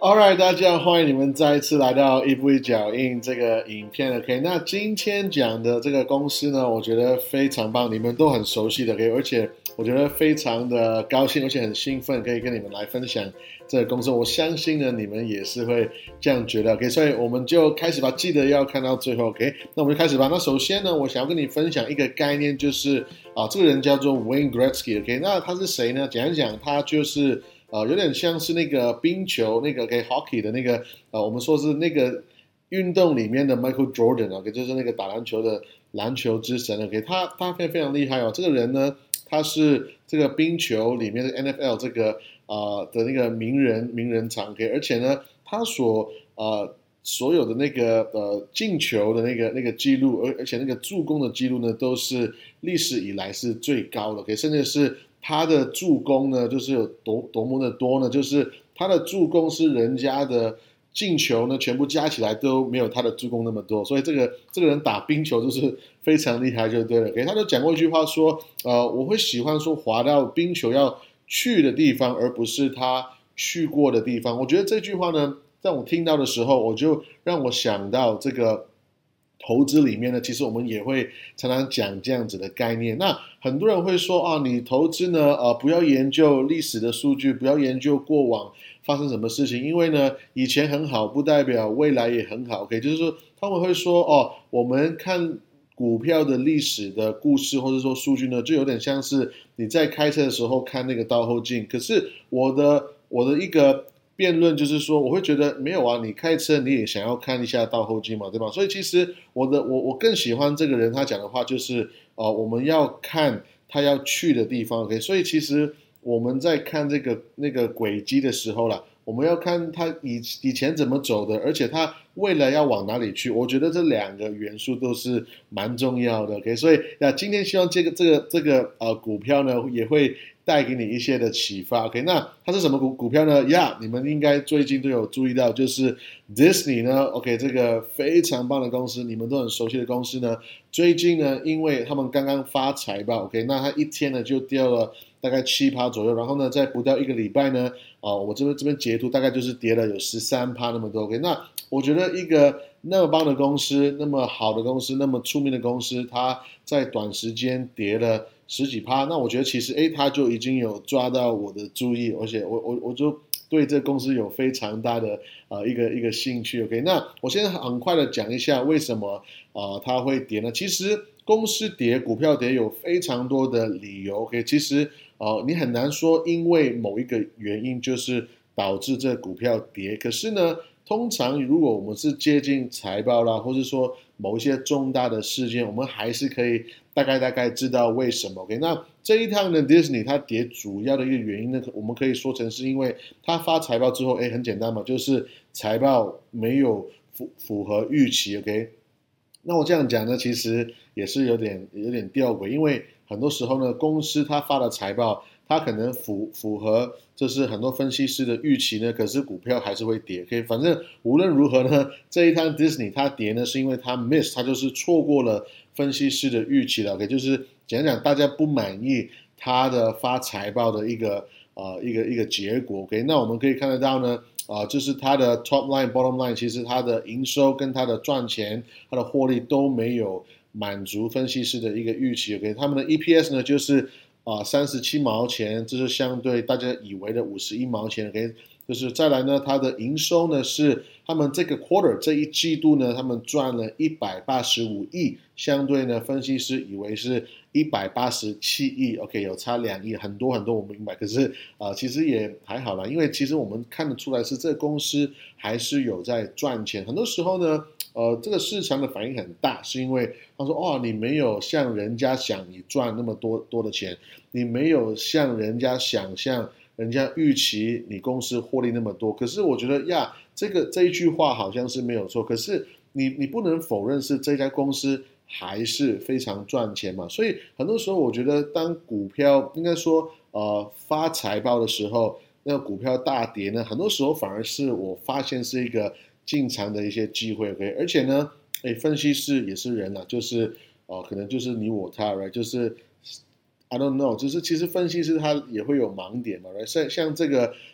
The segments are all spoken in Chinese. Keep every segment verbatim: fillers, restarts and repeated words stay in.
Alright，大家欢迎你们再一次来到一步一脚印这个影片 OK，那今天讲的这个公司呢，我觉得非常棒，你们都很熟悉的 OK，而且我觉得非常的高兴，而且很兴奋，可以跟你们来分享这个公司。我相信呢，你们也是会这样觉得 OK，所以我们就开始吧，记得要看到最后 OK。那我们就开始吧。那首先呢，我想要跟你分享一个概念，就是啊，这个人叫做 Wayne Gretzky OK，那他是谁呢？简单讲，他就是呃，有点像是那个冰球那个 OK hockey 的那个呃，我们说是那个运动里面的 Michael Jordan OK，就是那个打篮球的篮球之神 OK，他他非常非常厉害哦。这个人呢，他是这个冰球里面的 N F L 这个呃的那个名人名人场 OK，而且呢，他所呃所有的那个呃进球的那个那个记录，而而且那个助攻的记录呢，都是历史以来是最高的 OK，甚至是他的助攻呢，就是有多多么的多呢？就是他的助攻是人家的进球呢，全部加起来都没有他的助攻那么多，所以这个这个人打冰球就是非常厉害，就对了。给他就讲过一句话说，呃，我会喜欢说滑到冰球要去的地方，而不是他去过的地方。我觉得这句话呢，在我听到的时候，我就让我想到这个投资里面呢，其实我们也会常常讲这样子的概念。那很多人会说啊，你投资呢，呃，不要研究历史的数据，不要研究过往发生什么事情，因为呢，以前很好，不代表未来也很好。OK，就是说他们会说哦，我们看股票的历史的故事，或者说数据呢，就有点像是你在开车的时候看那个倒后镜。可是我的我的一个辩论就是说，我会觉得没有啊，你开车你也想要看一下倒后镜嘛，对吧？所以其实我的我我更喜欢这个人他讲的话，就是呃，我们要看他要去的地方。OK，所以其实我们在看这个那个轨迹的时候啦，我们要看他以以前怎么走的，而且他未来要往哪里去。我觉得这两个元素都是蛮重要的。OK，所以那今天希望这个这个这个呃股票呢也会带给你一些的启发。OK，那它是什么股股票呢？呀、yeah, 你们应该最近都有注意到，就是 Disney 呢 ，OK， 这个非常棒的公司，你们都很熟悉的公司呢，最近呢，因为他们刚刚发财报 ，OK， 那它一天呢就掉了大概七趴左右，然后呢，在不到一个礼拜呢，啊、呃，我这边这边截图大概就是跌了有十三趴那么多。OK，那我觉得一个那么棒的公司，那么好的公司，那么出名的公司，它在短时间跌了十几趴，那我觉得其实诶，它就已经有抓到我的注意，而且我我我就对这公司有非常大的呃一个一个兴趣。OK，那我现在很快的讲一下为什么啊、呃、它会跌呢？其实公司跌、股票跌有非常多的理由。OK，其实呃你很难说因为某一个原因就是导致这股票跌，可是呢。通常，如果我们是接近财报啦，或是说某一些重大的事件，我们还是可以大概大概知道为什么。OK，那这一趟的 Disney 它跌主要的一个原因呢，我们可以说成是因为它发财报之后，哎，很简单嘛，就是财报没有符符合预期。OK，那我这样讲呢，其实也是有点有点吊诡，因为很多时候呢，公司它发的财报。它可能符符合就是很多分析师的预期呢，可是股票还是会跌。OK，反正无论如何呢，这一趟 Disney 它跌呢，是因为它 miss， 它就是错过了分析师的预期了。OK，就是讲讲大家不满意它的发财报的一个呃一个一个结果。OK，那我们可以看得到呢，啊、呃，就是它的 top line、bottom line， 其实它的营收跟它的赚钱、它的获利都没有满足分析师的一个预期。OK，他们的 E P S 呢就是。啊，三十七毛钱，这是相对大家以为的五十一毛钱。OK，就是再来呢，它的营收呢是他们这个 quarter 这一季度呢，他们赚了一百八十五亿，相对呢，分析师以为是一百八十七亿。OK， 有差两亿，很多很多，我明白。可是啊、呃，其实也还好啦，因为其实我们看得出来是这个公司还是有在赚钱。很多时候呢。呃，这个市场的反应很大，是因为他说：“哦，你没有像人家想你赚那么多多的钱，你没有像人家想象、人家预期你公司获利那么多。”可是我觉得呀，这个这一句话好像是没有错，可是你你不能否认是这家公司还是非常赚钱嘛。所以很多时候我觉得，当股票应该说呃发财报的时候，那个股票大跌呢，很多时候反而是我发现是一个。进场的一些机会 ，OK， 而且呢，哎，分析师也是人啦，就是哦、呃，可能就是你我他，right， 就是 I don't know，就是其实分析师他也会有盲点嘛，right，像像这个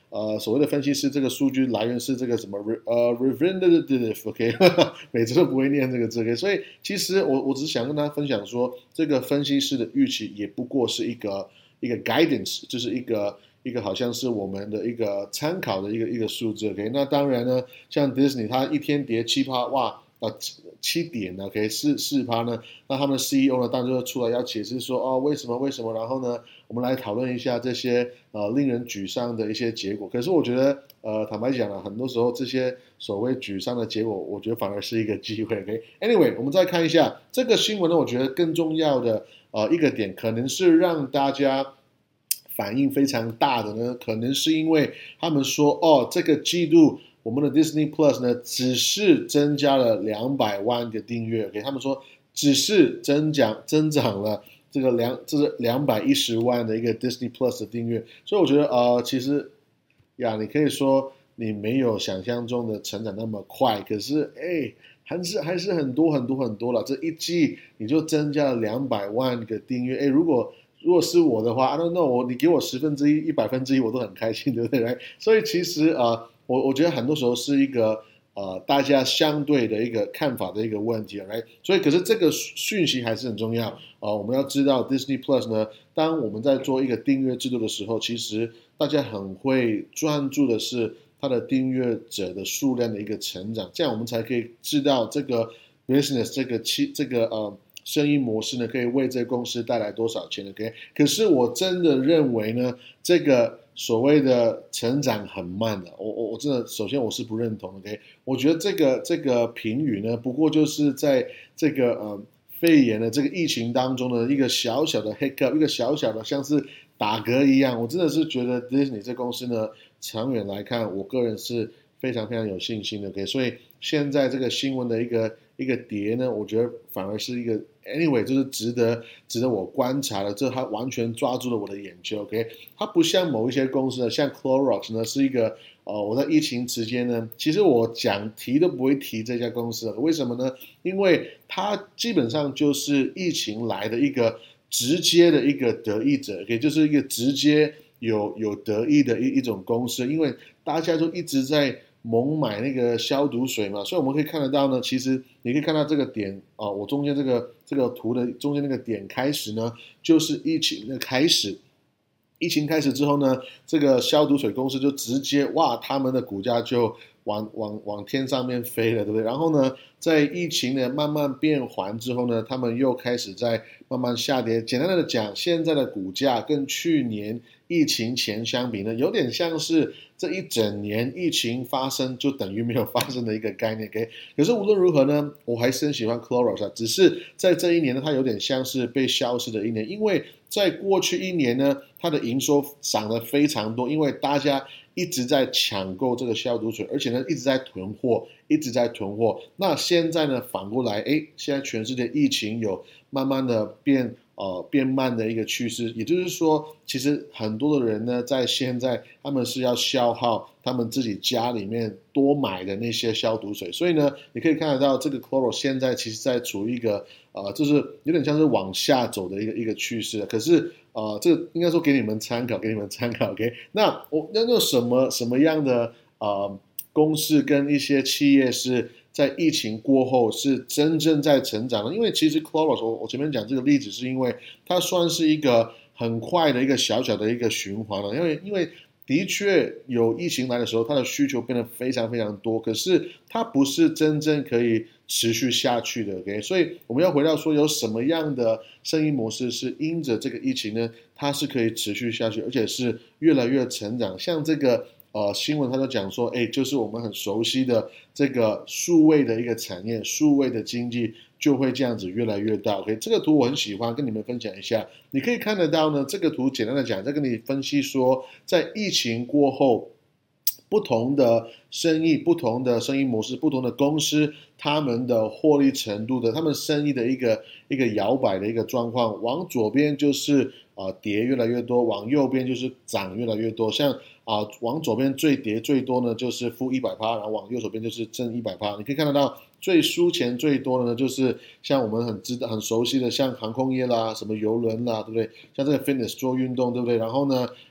呃所谓的分析师，这个数据来源是这个什么呃 representative，OK，、okay? 每次都不会念这个字 ，OK， 所以其实我我只是想跟大家分享说，这个分析师的预期也不过是一个一个 guidance， 就是一个。一个好像是我们的一个参考的一个一个数字 ，OK， 那当然呢，像 Disney 它一天跌七趴，哇，啊七点呢 ，OK， 四四趴呢，那他们的 C E O 呢，当然就出来要解释说，哦，为什么为什么？然后呢，我们来讨论一下这些呃令人沮丧的一些结果。可是我觉得，呃，坦白讲啊，很多时候这些所谓沮丧的结果，我觉得反而是一个机会。OK，Anyway，、okay? 我们再看一下这个新闻呢，我觉得更重要的呃一个点，可能是让大家。反应非常大的呢，可能是因为他们说，哦，这个季度我们的 Disney Plus 呢，只是增加了两百万个订阅，给他们说只是增长增长了这个两这是两百一十万的一个 Disney Plus 的订阅，所以我觉得呃，其实呀，你可以说你没有想象中的成长那么快，可是哎，还是还是很多很多很多了，这一季你就增加了两百万个订阅，哎，如果如果是我的话 ，I don't know， 我你给我十分之一、一百分之一，我都很开心，对不对？所以其实呃，我我觉得很多时候是一个呃大家相对的一个看法的一个问题，right？所以可是这个讯息还是很重要啊、呃，我们要知道 Disney Plus 呢，当我们在做一个订阅制度的时候，其实大家很会专注的是它的订阅者的数量的一个成长，这样我们才可以知道这个 business 这个期这个呃。生意模式呢，可以为这个公司带来多少钱 ？OK， 可是我真的认为呢，这个所谓的成长很慢的，我我我真的首先我是不认同 ，OK， 我觉得这个这个评语呢，不过就是在这个呃肺炎的这个疫情当中的一个小小的 hiccup， 一个小小的像是打嗝一样，我真的是觉得 Disney 这公司呢，长远来看，我个人是非常非常有信心的 ，OK， 所以现在这个新闻的一个一个跌呢，我觉得反而是一个 anyway， 就是值得值得我观察的，这它完全抓住了我的眼球 ，OK， 它不像某一些公司呢，像 Clorox 呢是一个呃，我在疫情期间呢，其实我讲提都不会提这家公司，为什么呢？因为它基本上就是疫情来的一个直接的一个得益者，也就是一个直接有有得益的一一种公司，因为大家都一直在猛买那个消毒水嘛，所以我们可以看得到呢，其实你可以看到这个点啊、呃，我中间这个这个图的中间那个点开始呢，就是疫情的开始。疫情开始之后呢，这个消毒水公司就直接哇，他们的股价就往往往天上面飞了，对不对？然后呢，在疫情呢慢慢变缓之后呢，他们又开始在慢慢下跌。简单的讲，现在的股价跟去年疫情前相比呢，有点像是这一整年疫情发生就等于没有发生的一个概念。OK，可是无论如何呢，我还是很喜欢 Clorox 啊，只是在这一年呢，它有点像是被消失的一年，因为在过去一年呢，它的营收涨得非常多，因为大家一直在抢购这个消毒水，而且呢一直在囤货，一直在囤货。那现在呢反过来，哎，现在全世界疫情有慢慢的变呃变慢的一个趋势，也就是说，其实很多的人呢在现在他们是要消耗他们自己家里面多买的那些消毒水，所以呢你可以看得到这个 Clorox 现在其实在处于一个呃就是有点像是往下走的一个一个趋势，可是。呃，这个应该说给你们参考，给你们参考。OK， 那我那有什么什么样的呃公司跟一些企业是在疫情过后是真正在成长的？因为其实 Clorox 我我前面讲这个例子是因为它算是一个很快的一个小小的一个循环了，因为因为。的确有疫情来的时候，它的需求变得非常非常多，可是它不是真正可以持续下去的 ，OK？ 所以我们要回到说，有什么样的生意模式是因着这个疫情呢，它是可以持续下去，而且是越来越成长。像这个呃新闻，它就讲说，哎，就是我们很熟悉的这个数位的一个产业，数位的经济。就会这样子越来越大。OK， 这个图我很喜欢，跟你们分享一下。你可以看得到呢，这个图简单的讲，在跟你分析说，在疫情过后，不同的生意、不同的生意模式、不同的公司，他们的获利程度的，他们生意的一个一个摇摆的一个状况。往左边就是呃跌越来越多，往右边就是涨越来越多。像啊、呃，往左边最跌最多呢，就是负一百趴，然后往右手边就是正一百趴。你可以看得到。最输钱最多的呢，就是像我们很知道、很熟悉的，像航空业啦、什么邮轮啦，对不对？像这个 fitness 做运动，对不对？然后呢，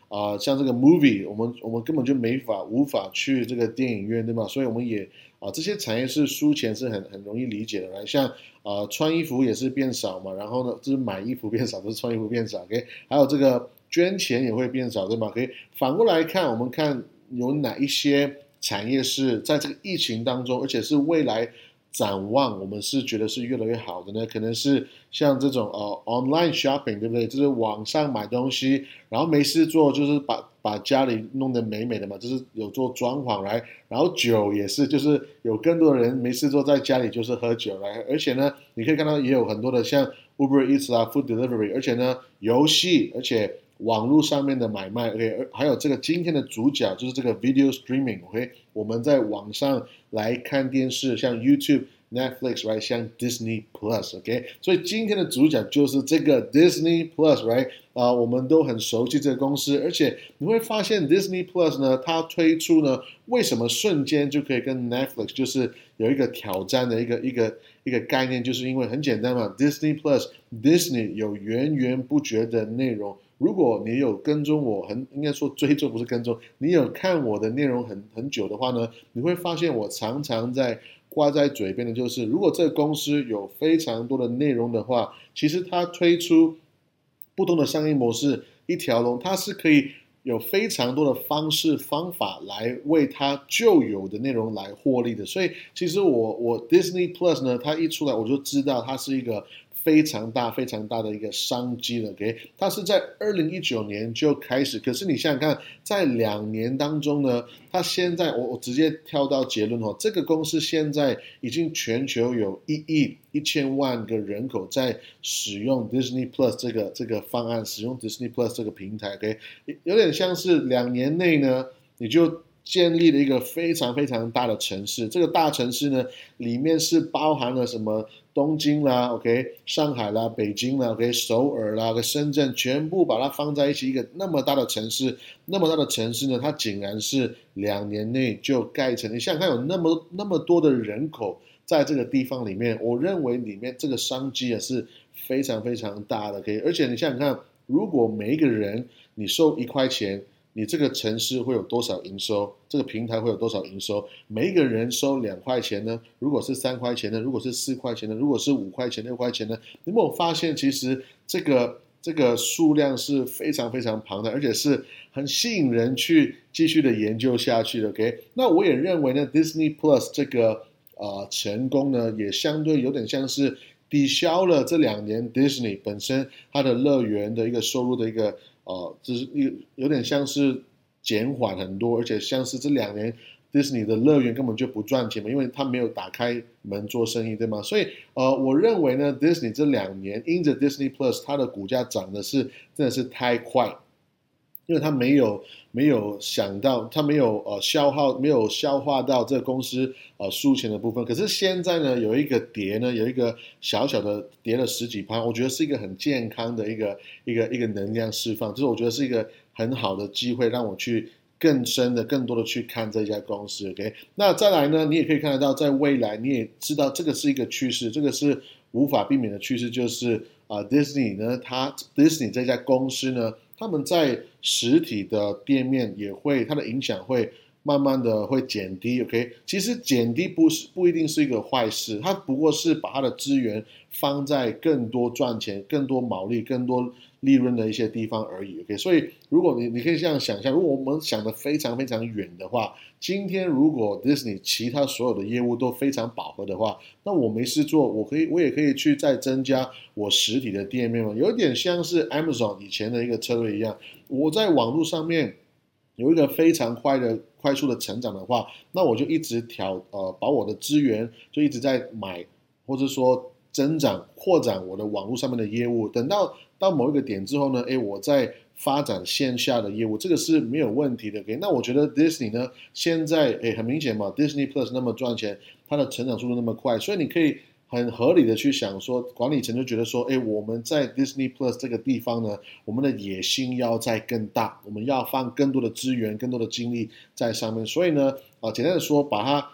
啊、呃，像这个 movie，我们我们根本就没法无法去这个电影院，对吗？所以我们也啊、呃，这些产业是输钱是很很容易理解的，来，像啊、呃、穿衣服也是变少嘛，然后呢，就是买衣服变少，不是穿衣服变少，OK，还有这个捐钱也会变少，对吗？可以反过来看，我们看有哪一些产业是在这个疫情当中，而且是未来展望，我们是觉得是越来越好的呢？可能是像这种呃 online shopping， 对不对？就是网上买东西，然后没事做，就是把把家里弄得美美的嘛，就是有做装潢来，然后酒也是，就是有更多的人没事做在家里就是喝酒来，而且呢，你可以看到也有很多的像 Uber Eats 啊 Food Delivery， 而且呢游戏，而且网络上面的买卖 ，OK， 还有这个今天的主角就是这个 video streaming，OK， 我们在网上来看电视，像 YouTube、Netflix，right， 像 Disney Plus，OK， 所以今天的主角就是这个 Disney Plus，right， 啊、呃，我们都很熟悉这个公司，而且你会发现 Disney Plus 呢，它推出呢，为什么瞬间就可以跟 Netflix 就是有一个挑战的一个一个一个概念，就是因为很简单嘛 ，Disney Plus Disney 有源源不绝的内容。如果你有跟踪我很应该说追踪不是跟踪，你有看我的内容很很久的话呢，你会发现我常常在挂在嘴边的就是，如果这个公司有非常多的内容的话，其实它推出不同的商业模式，一条龙，它是可以有非常多的方式方法来为它旧有的内容来获利的。所以其实我我 Disney Plus 呢，它一出来我就知道它是一个非常大非常大的一个商机了 ，OK， 它是在二零一九年就开始，可是你想想看，在两年当中呢，它现在我我直接跳到结论哦，这个公司现在已经全球有一亿一千万个人口在使用 Disney Plus 这个这个方案，使用 Disney Plus 这个平台 ，OK， 有点像是两年内呢，你就建立了一个非常非常大的城市，这个大城市呢，里面是包含了什么东京啦 ，OK， 上海啦，北京啦 ，OK， 首尔啦，深圳，全部把它放在一起，一个那么大的城市，那么大的城市呢，它竟然是两年内就盖成。你想想看，有那么那么多的人口在这个地方里面，我认为里面这个商机也是非常非常大的，OK，而且你想想看，如果每一个人你收一块钱。你这个城市会有多少营收？这个平台会有多少营收？每一个人收两块钱呢？如果是三块钱呢？如果是四块钱呢？如果是五块钱、六块钱呢？你有没有发现，其实这个这个数量是非常非常庞大，而且是很吸引人去继续的研究下去的。OK， 那我也认为呢，Disney Plus 这个呃成功呢，也相对有点像是抵消了这两年 Disney 本身它的乐园的一个收入的一个。呃，就是一有点像是减缓很多，而且像是这两年迪士尼的乐园根本就不赚钱嘛，因为它没有打开门做生意，对吗？所以呃，我认为呢，迪士尼这两年因着 Disney Plus 它的股价涨的是真的是太快，因为它没有没有想到，它没有呃消耗，没有消化到这个公司呃输钱的部分。可是现在呢，有一个跌呢，有一个小小的跌了十几趴，我觉得是一个很健康的一个一个一个能量释放，就是我觉得是一个很好的机会，让我去更深的、更多的去看这家公司。OK，那再来呢，你也可以看得到，在未来你也知道这个是一个趋势，这个是无法避免的趋势，就是啊、呃、，Disney 呢，它 Disney 这家公司呢。他们在实体的店面也会，它的影响会慢慢的会减低 ，OK， 其实减低不是不一定是一个坏事，它不过是把它的资源放在更多赚钱、更多毛利、更多利润的一些地方而已 ，OK， 所以如果你你可以这样想象，如果我们想的非常非常远的话，今天如果 Disney 其他所有的业务都非常饱和的话，那我没事做，我可以我也可以去再增加我实体的店面嘛，有点像是 Amazon 以前的一个策略一样，我在网络上面有一个非常快的快速的成长的话，那我就一直调呃把我的资源就一直在买，或者说增长扩展我的网络上面的业务，等到到某一个点之后呢，诶，我在发展线下的业务，这个是没有问题的。OK，那我觉得 Disney 呢，现在诶很明显嘛，Disney Plus 那么赚钱，它的成长速度那么快，所以你可以很合理的去想说，管理层就觉得说，诶，我们在 Disney Plus 这个地方呢，我们的野心要再更大，我们要放更多的资源、更多的精力在上面。所以呢，啊，简单的说，把它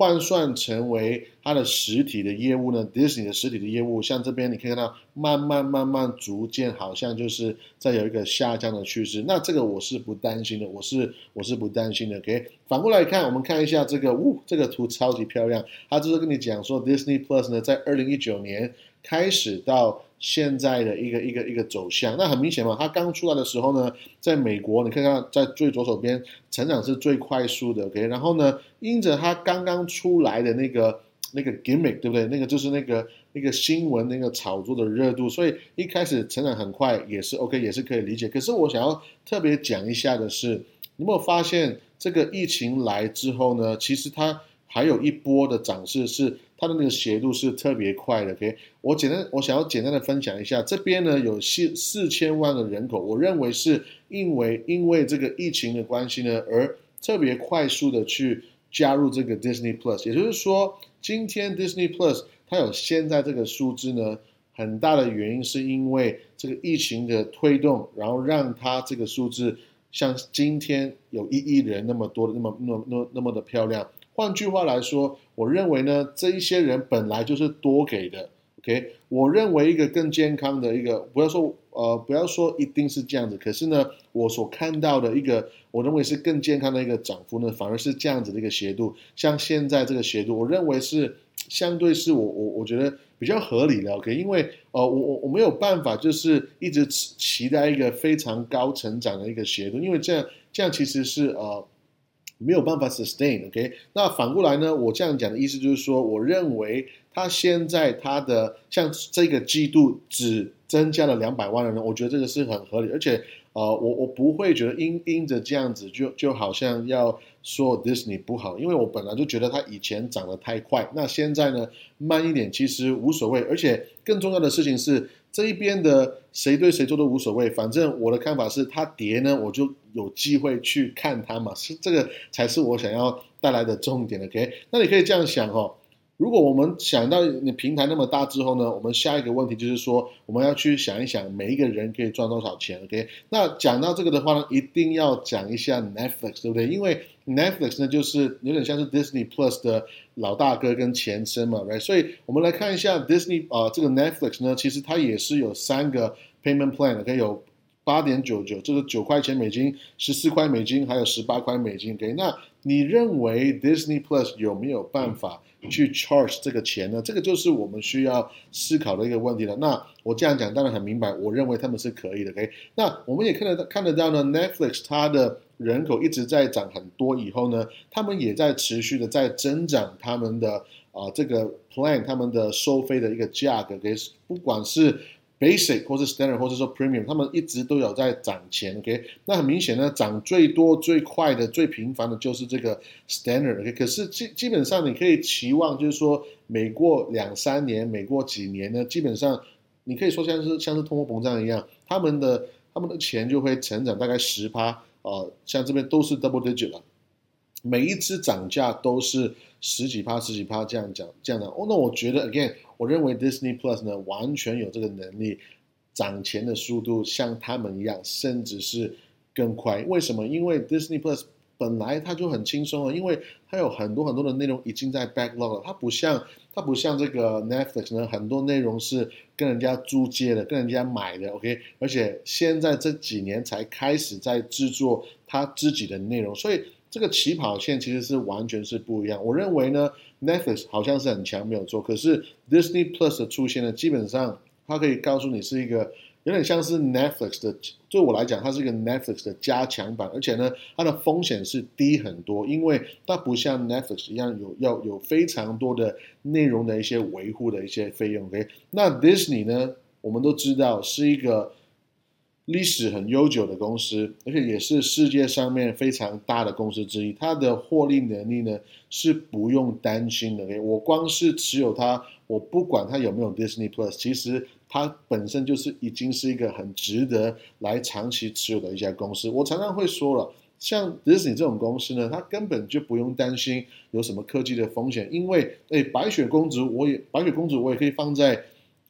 换算成为它的实体的业务呢 ，Disney 的实体的业务，像这边你可以看到，慢慢慢慢逐渐好像就是在有一个下降的趋势。那这个我是不担心的，我是我是不担心的。OK， 反过来看，我们看一下这个，呜，这个图超级漂亮，它就是跟你讲说 Disney Plus 呢，在二零一九年开始到现在的一个一个一个走向。那很明显嘛，它刚出来的时候呢，在美国你看看在最左手边成长是最快速的 ，OK， 然后呢，因着它刚刚出来的那个那个 gimmick， 对不对？那个就是那个那个新闻那个炒作的热度，所以一开始成长很快也是 OK， 也是可以理解。可是我想要特别讲一下的是，你有没有发现这个疫情来之后呢，其实它还有一波的涨势是它的那个斜度是特别快的 ，OK， 我简单我想要简单的分享一下，这边呢有四四千万的人口，我认为是因为因为这个疫情的关系呢，而特别快速的去加入这个 Disney Plus， 也就是说，今天 Disney Plus 它有现在这个数字呢，很大的原因是因为这个疫情的推动，然后让它这个数字像今天有一亿人那么多的那么那么那么那么的漂亮。换句话来说，我认为呢，这一些人本来就是多给的 ，OK？ 我认为一个更健康的一个，不要说呃，不要说一定是这样子，可是呢，我所看到的一个，我认为是更健康的一个涨幅呢，反而是这样子的一个斜度，像现在这个斜度，我认为是相对是我我我觉得比较合理的 ，OK？ 因为呃，我我我没有办法就是一直期待一个非常高成长的一个斜度，因为这样这样其实是呃。没有办法 sustain，OK？ 那反过来呢？我这样讲的意思就是说，我认为它现在它的像这个季度只增加了两百万人，我觉得这个是很合理，而且呃，我我不会觉得因因着这样子就就好像要说 Disney 不好，因为我本来就觉得它以前涨得太快，那现在呢慢一点其实无所谓，而且更重要的事情是这一边的谁对谁做都无所谓，反正我的看法是它跌呢，我就有机会去看它嘛，是这个才是我想要带来的重点 ，OK？ 那你可以这样想哦。如果我们想到你平台那么大之后呢，我们下一个问题就是说，我们要去想一想每一个人可以赚多少钱 ，OK？ 那讲到这个的话呢，一定要讲一下 Netflix， 对不对？因为 Netflix 呢，就是有点像是 Disney Plus 的老大哥跟前身嘛 ，right？ 所以我们来看一下 Disney 啊、呃，这个 Netflix 呢，其实它也是有三个 payment plan，OK？ 有八点九九，这个九块钱美金、十四块美金，还有十八块美金。OK， 那你认为 Disney Plus 有没有办法去 charge 这个钱呢？这个就是我们需要思考的一个问题了。那我这样讲当然很明白，我认为他们是可以的。OK， 那我们也看得到看得到呢 ，Netflix 它的人口一直在涨很多，以后呢，他们也在持续的在增长他们的啊、呃、这个 plan， 他们的收费的一个价格，给不管是Basic 或是 Standard 或者说 Premium， 他们一直都有在涨钱 ，OK？ 那很明显呢，涨最多、最快的、最频繁的就是这个 Standard，OK？ 可是基基本上你可以期望，就是说每过两三年、每过几年呢，基本上你可以说像是像是通货膨胀一样，他们的他们的钱就会成长大概十趴，呃，像这边都是 double digit 了。每一只涨价都是十几趴、十几趴这样讲，这样的。哦，那我觉得 again， 我认为 Disney Plus 呢完全有这个能力涨钱的速度像他们一样，甚至是更快。为什么？因为 Disney Plus 本来它就很轻松了，因为它有很多很多的内容已经在 backlog 了，它不像它不像这个 Netflix 呢，很多内容是跟人家租借的，跟人家买的 ，OK？ 而且现在这几年才开始在制作它自己的内容，所以这个起跑线其实是完全是不一样。我认为呢 ，Netflix 好像是很强没有错，可是 Disney Plus 的出现呢，基本上它可以告诉你是一个有点像是 Netflix 的，对我来讲，它是一个 Netflix 的加强版，而且呢，它的风险是低很多，因为它不像 Netflix 一样有要有非常多的内容的一些维护的一些费用。OK， 那 Disney 呢，我们都知道是一个历史很悠久的公司，而且也是世界上面非常大的公司之一，它的获利能力呢是不用担心的。我光是持有它，我不管它有没有 Disney Plus， 其实它本身就是已经是一个很值得来长期持有的一家公司。我常常会说了，像 Disney 这种公司呢，它根本就不用担心有什么科技的风险，因为诶，白雪公主我也白雪公主我也可以放在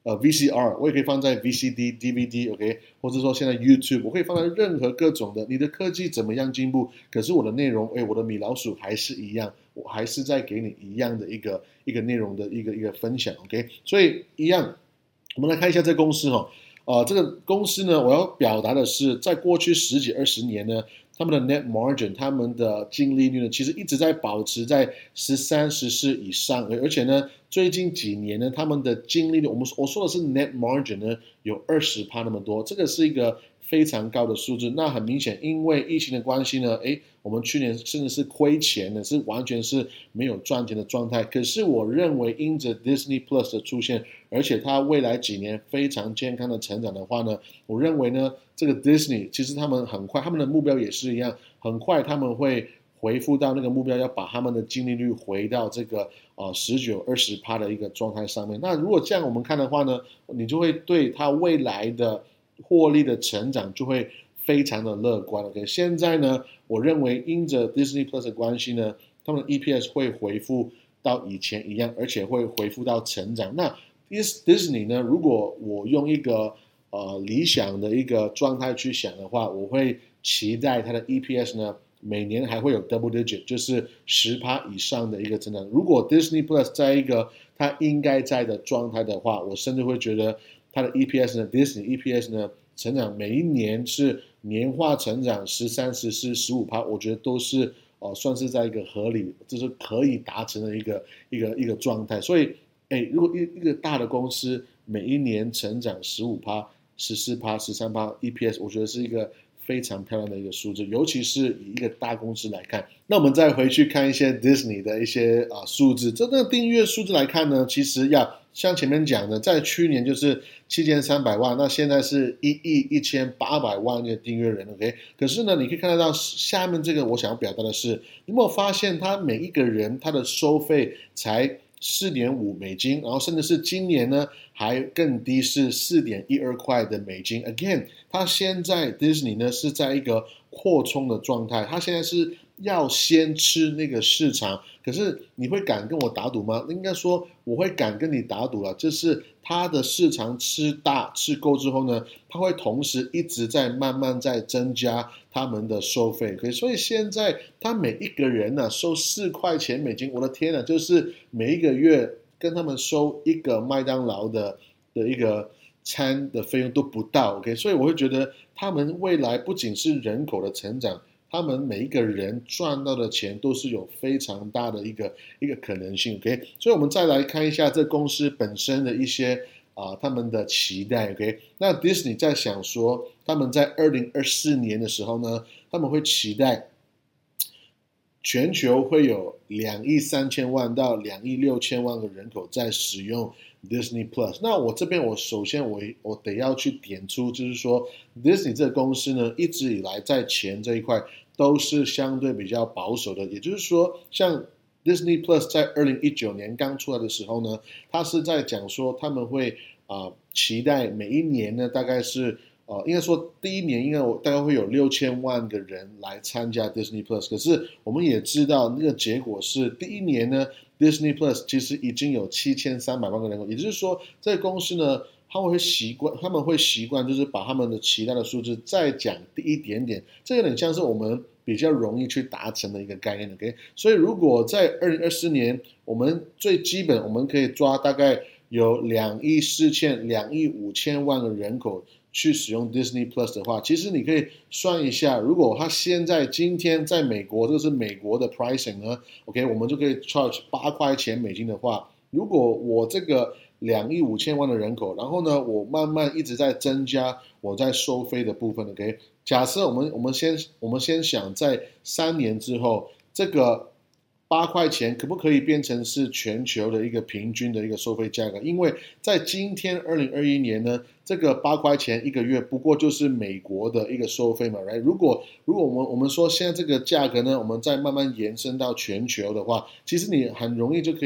呃 V C R， 我也可以放在 V C D、D V D，OK，、okay? 或者说现在 YouTube， 我可以放在任何各种的。你的科技怎么样进步，可是我的内容，哎，我的米老鼠还是一样，我还是在给你一样的一个一个内容的一个一个分享 ，OK， 所以一样，我们来看一下这公司哈、哦，呃，这个公司呢，我要表达的是，在过去十几二十年呢。他们的 net margin， 他们的净利率呢，其实一直在保持在十三、十四以上，而且呢，最近几年呢，他们的净利率，我们我说的是 net margin 呢，有 百分之二十 那么多，这个是一个非常高的数字。那很明显，因为疫情的关系呢，诶，我们去年甚至是亏钱的，是完全是没有赚钱的状态。可是我认为，因着 Disney Plus 的出现，而且它未来几年非常健康的成长的话呢，我认为呢，这个 Disney 其实他们很快，他们的目标也是一样，很快他们会回复到那个目标，要把他们的净利率回到这个呃十九、二十趴的一个状态上面。那如果这样我们看的话呢，你就会对它未来的获利的成长就会非常的乐观。OK， 现在呢，我认为因着 Disney Plus 的关系呢，他们的 E P S 会回复到以前一样，而且会回复到成长。那 Disney 呢，如果我用一个呃理想的一个状态去想的话，我会期待它的 E P S 呢每年还会有 double digit， 就是 百分之十 以上的一个增长。如果 Disney Plus 在一个它应该在的状态的话，我甚至会觉得它的 E P S 呢 Disney E P S 呢成长每一年是年化成长十三、十四、十五趴，我觉得都是呃算是在一个合理，就是可以达成的一个一个一个状态。所以，哎，如果一一个大的公司每一年成长十五趴、十四趴、十三趴 E P S， 我觉得是一个非常漂亮的一个数字，尤其是以一个大公司来看。那我们再回去看一些 Disney 的一些啊数字，这个订阅数字来看呢，其实要像前面讲的，在去年就是七千三百万，那现在是一亿一千八百万的订阅人 ，OK。可是呢，你可以看得到下面这个，我想要表达的是，你有没有发现，他每一个人他的收费才四点五美金，然后甚至是今年呢还更低，是四点一二块的美金。Again， 它现在 Disney 呢是在一个扩充的状态，它现在是要先吃那个市场。可是你会敢跟我打赌吗？应该说我会敢跟你打赌了，就是它的市场吃大吃够之后呢，它会同时一直在慢慢在增加他们的收费。所以现在他每一个人呢、啊、收四块钱美金，我的天啊，就是每一个月跟他们收一个麦当劳的的一个餐的费用都不到 ，OK， 所以我会觉得他们未来不仅是人口的成长，他们每一个人赚到的钱都是有非常大的一个一个可能性 ，OK， 所以我们再来看一下这公司本身的一些啊、呃、他们的期待 ，OK， 那 Disney 在想说他们在二零二四年的时候呢，他们会期待全球会有两亿三千万到两亿六千万个人口在使用 Disney Plus。那我这边我首先我我得要去点出，就是说 Disney 这个公司呢，一直以来在钱这一块都是相对比较保守的。也就是说，像 Disney Plus 在二零一九年刚出来的时候呢，它是在讲说他们会啊、呃、期待每一年呢大概是。呃，应该说第一年应该大概会有六千万个人来参加 Disney Plus， 可是我们也知道那个结果是第一年呢 Disney Plus 其实已经有七千三百万个人口，也就是说这个公司呢，他们会习惯他们会习惯就是把他们的期待的数字再降低一点点，这有点像是我们比较容易去达成的一个概念 ，OK？ 所以如果在二零二四年，我们最基本我们可以抓大概有两亿四千、两亿五千万个人口。去使用 Disney Plus 的话，其实你可以算一下，如果它现在今天在美国，这个是美国的 pricing 呢 ，OK， 我们就可以 charge 八块钱美金的话，如果我这个两亿五千万的人口，然后呢，我慢慢一直在增加我在收费的部分 ，OK， 假设我们我们先我们先想在三年之后，这个八块钱可不可以变成是全球的一个平均的一个收费价格？因为在今天二零二一年呢，这个八块钱一个月不过就是美国的一个收费嘛 ，right？ 如果如果我们我们说现在这个价格呢，我们再慢慢延伸到全球的话，其实你很容易就可以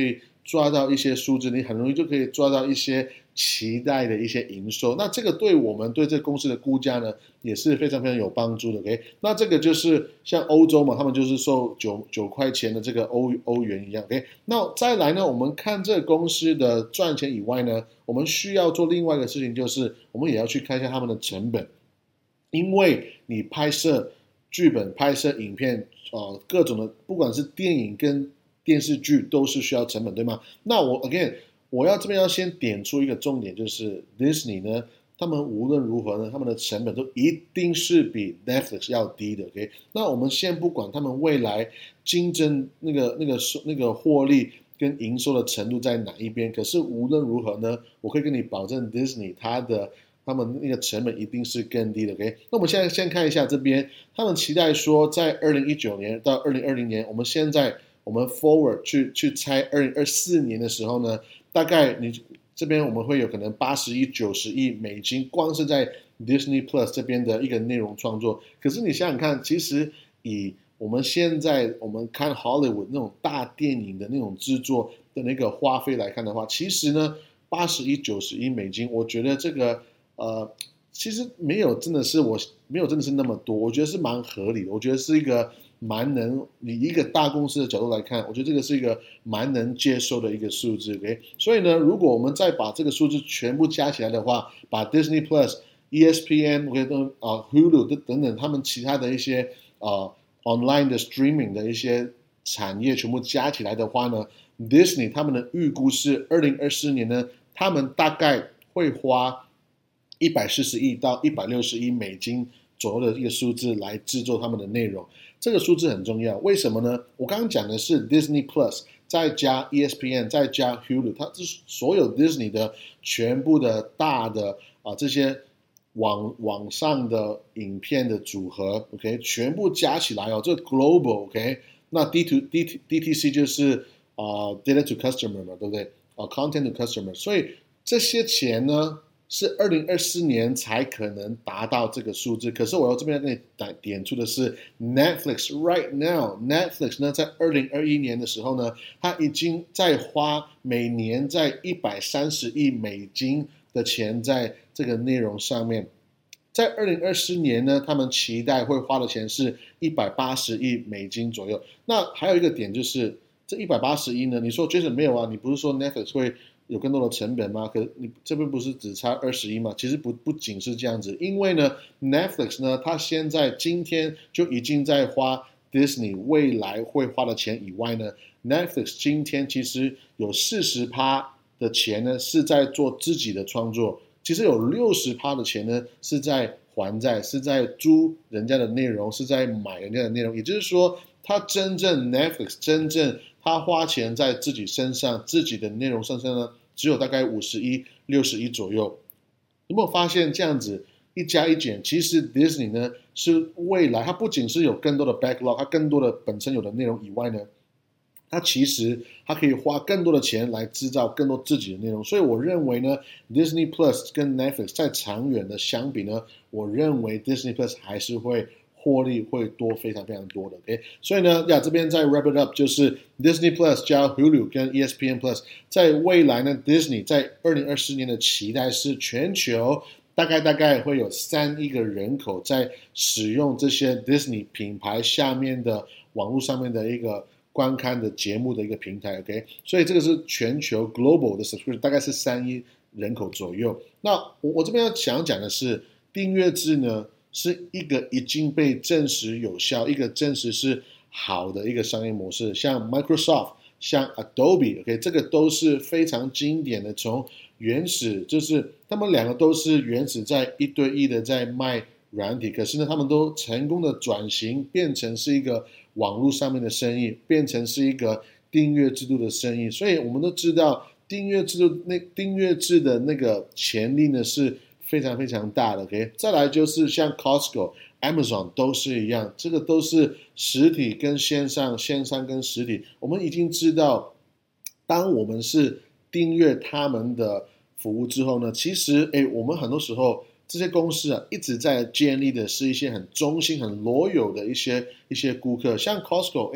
抓到一些数字，你很容易就可以抓到一些期待的一些营收。那这个对我们对这个公司的估价呢，也是非常非常有帮助的。OK， 那这个就是像欧洲嘛，他们就是收九九块钱的这个欧欧元一样。OK， 那再来呢，我们看这个公司的赚钱以外呢，我们需要做另外一个事情，就是我们也要去看一下他们的成本，因为你拍摄剧本、拍摄影片，呃，各种的，不管是电影跟电视剧都是需要成本，对吗？那我 again， 我要这边要先点出一个重点，就是 Disney 呢，他们无论如何呢，他们的成本都一定是比 Netflix 要低的。OK， 那我们先不管他们未来竞争那个那个那个获利跟营收的程度在哪一边，可是无论如何呢，我可以跟你保证 Disney 它的他们那个成本一定是更低的。 OK， 那我们现在先看一下这边，他们期待说在二零一九年到二零二零年，我们现在我们 forward 去去猜二零二四年的时候呢，大概你这边我们会有可能八十亿、九十亿美金，光是在 Disney Plus 这边的一个内容创作。可是你想想看，其实以我们现在我们看 Hollywood 那种大电影的那种制作的那个花费来看的话，其实呢，八十亿、九十亿美金，我觉得这个呃，其实没有真的是我没有真的是那么多，我觉得是蛮合理的，我觉得是一个蛮能以一个大公司的角度来看，我觉得这个是一个蛮能接受的一个数字。 OK， 所以呢，如果我们再把这个数字全部加起来的话，把 Disney Plus、E S P N OK 都啊 Hulu 等等他们其他的一些啊 online 的 streaming 的一些产业全部加起来的话呢， Disney 他们的预估是二零二四年呢，他们大概会花一百四十亿到一百六十亿美金左右的一个数字来制作他们的内容。这个数字很重要，为什么呢？我刚刚讲的是 Disney Plus 再加 E S P N 再加 Hulu， 它是所有 Disney 的全部的大的啊这些网网上的影片的组合 ，OK， 全部加起来哦，这 global OK， 那 D to D D T C 就是啊、呃、data to customer 嘛，对不对？啊、呃、content to customer， 所以这些钱呢，是二零二四年才可能达到这个数字。可是我要这边跟你点出的是 Netflix right now Netflix 呢，在二零二一年的时候呢，它已经在花每年在一百三十亿美金的钱在这个内容上面。在二零二四年呢，他们期待会花的钱是一百八十亿美金左右。那还有一个点就是这一百八十亿呢，你说 Jason 没有啊，你不是说 Netflix 会有更多的成本吗？可是你这边不是只差二十亿吗？其实不不仅是这样子，因为呢 Netflix 呢，它现在今天就已经在花 Disney 未来会花的钱以外呢， Netflix 今天其实有 百分之四十 的钱呢是在做自己的创作，其实有 百分之六十 的钱呢是在还债，是在租人家的内容，是在买人家的内容。也就是说，他真正 Netflix 真正他花钱在自己身上，自己的内容身上呢，只有大概五十亿、六十亿左右。有没有发现这样子一加一减，其实 Disney 呢是未来它不仅是有更多的 backlog， 它更多的本身有的内容以外呢，它其实它可以花更多的钱来制造更多自己的内容。所以我认为呢 Disney Plus 跟 Netflix 在长远的相比呢，我认为 Disney Plus 还是会获利会多非常非常多的。 OK， 所以呢呀，这边再 wrap it up， 就是 Disney Plus 加 Hulu 跟 E S P N Plus 在未来呢 Disney 在二零二四年的期待是全球大概大概会有三亿个人口在使用这些 Disney 品牌下面的网络上面的一个观看的节目的一个平台。 OK， 所以这个是全球 global 的 subscription 大概是三亿人口左右。那我我这边要想讲的是订阅制呢是一个已经被证实有效，一个证实是好的一个商业模式。像 Microsoft 像 Adobe OK， 这个都是非常经典的，从原始就是他们两个都是原始在一对一的在卖软体，可是呢他们都成功的转型变成是一个网络上面的生意，变成是一个订阅制度的生意。所以我们都知道订阅制度那订阅制的那个潜力呢是非常非常大的。 OK， 再来就是像 Costco、Amazon 都是一样，这个都是实体跟线上，线上跟实体。我们已经知道当我们是订阅他们的服务之后呢，其实诶我们很多时候这些公司啊一直在建立的是一些很忠心很 loyal 的一些一些顾客。像 Costco 诶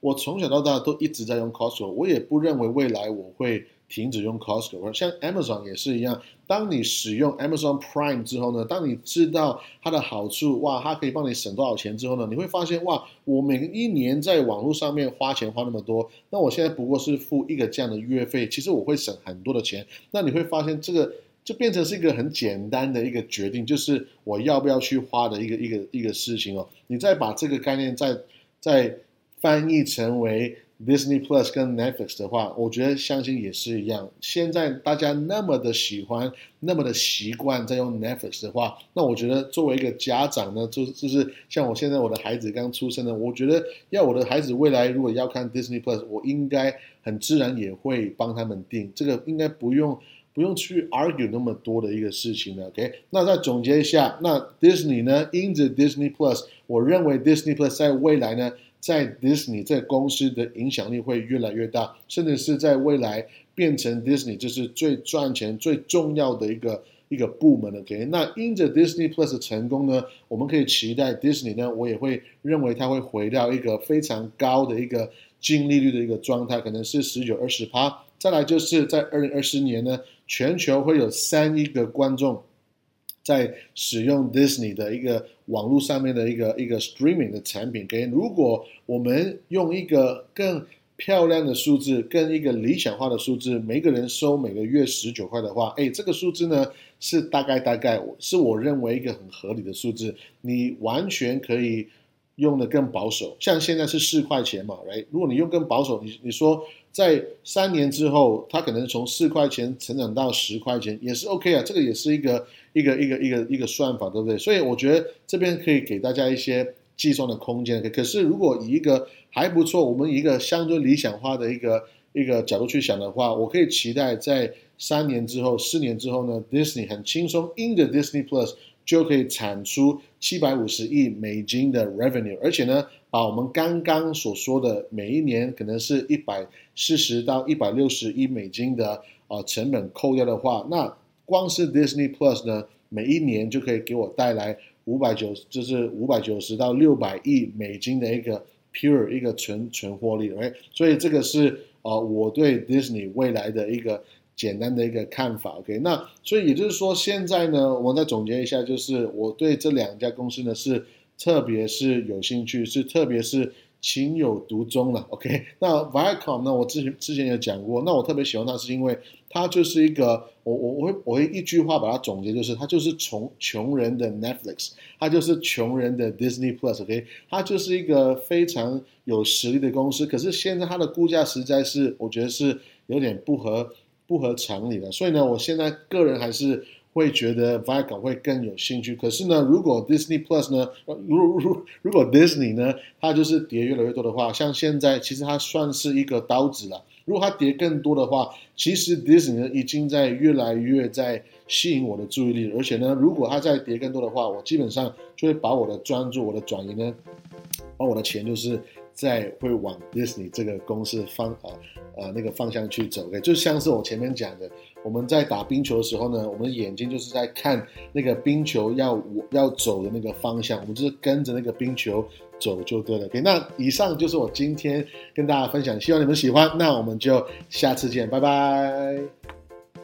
我从小到大都一直在用 Costco， 我也不认为未来我会停止用 Costco。 像 Amazon 也是一样，当你使用 Amazon Prime 之后呢，当你知道它的好处，哇，它可以帮你省多少钱之后呢，你会发现，哇，我每一年在网络上面花钱花那么多，那我现在不过是付一个这样的月费，其实我会省很多的钱。那你会发现这个就变成是一个很简单的一个决定，就是我要不要去花的一个一个一个事情哦。你再把这个概念再再翻译成为 Disney Plus 跟 Netflix 的话，我觉得相信也是一样。现在大家那么的喜欢，那么的习惯在用 Netflix 的话，那我觉得作为一个家长呢，就就是像我现在我的孩子刚出生呢，我觉得要我的孩子未来如果要看 Disney Plus， 我应该很自然也会帮他们订，这个应该不用不用去 argue 那么多的一个事情了 ，OK？ 那再总结一下，那 Disney 呢，因着 Disney Plus， 我认为 Disney Plus 在未来呢，在 Disney 这个公司的影响力会越来越大，甚至是在未来变成 Disney 就是最赚钱最重要的一个一个部门 ，OK？ 那因着 Disney Plus 的成功呢，我们可以期待 Disney 呢，我也会认为它会回到一个非常高的一个净利率的一个状态，可能是 百分之十九到二十。再来就是在二零二四年呢，全球会有三亿个观众在使用 Disney 的一个网络上面的一个一个 streaming 的产品。如果我们用一个更漂亮的数字，跟一个理想化的数字，每个人收每个月十九块的话，哎，这个数字呢是大概大概是我认为一个很合理的数字，你完全可以用的更保守，像现在是四块钱嘛 ，right？ 如果你用更保守，你你说在三年之后，它可能从四块钱成长到十块钱，也是 OK 啊，这个也是一个一个一个一个一个算法，对不对？所以我觉得这边可以给大家一些计算的空间。可是如果以一个还不错，我们以一个相对理想化的一个一个角度去想的话，我可以期待在三年之后、四年之后呢 ，Disney 很轻松因着 Disney Plus 就可以产出七百五十亿美金的 revenue， 而且呢，把我们刚刚所说的每一年可能是一百四十到一百六十亿美金的呃成本扣掉的话，那光是 Disney Plus 呢，每一年就可以给我带来五百九十，就是五百九十到六百亿美金的一个 pure 一个纯纯获利， right？ 所以这个是呃我对 Disney 未来的一个简单的一个看法 ，OK？ 那所以也就是说，现在呢，我们再总结一下，就是我对这两家公司呢是特别是有兴趣，是特别是情有独钟了 ，OK？ 那 Viacom 呢，我之前之前有讲过，那我特别喜欢它是因为它就是一个，我我我会我会一句话把它总结，就是它就是穷穷人的 Netflix， 它就是穷人的 Disney Plus，OK？ 它就是一个非常有实力的公司，可是现在它的股价实在是我觉得是有点不合。不合常理的，所以呢，我现在个人还是会觉得 Viacom 会更有兴趣。可是呢，如果 Disney Plus 呢，如如如果 Disney 呢，它就是跌越来越多的话，像现在其实它算是一个刀子了。如果它跌更多的话，其实 Disney 呢已经在越来越在吸引我的注意力，而且呢，如果它再跌更多的话，我基本上就会把我的专注、我的转移呢，把我的钱就是在会往 Disney 这个公司方啊呃那个方向去走，就像是我前面讲的，我们在打冰球的时候呢，我们的眼睛就是在看那个冰球要要走的那个方向，我们就是跟着那个冰球走就对了。OK， 那以上就是我今天跟大家分享，希望你们喜欢，那我们就下次见，拜拜。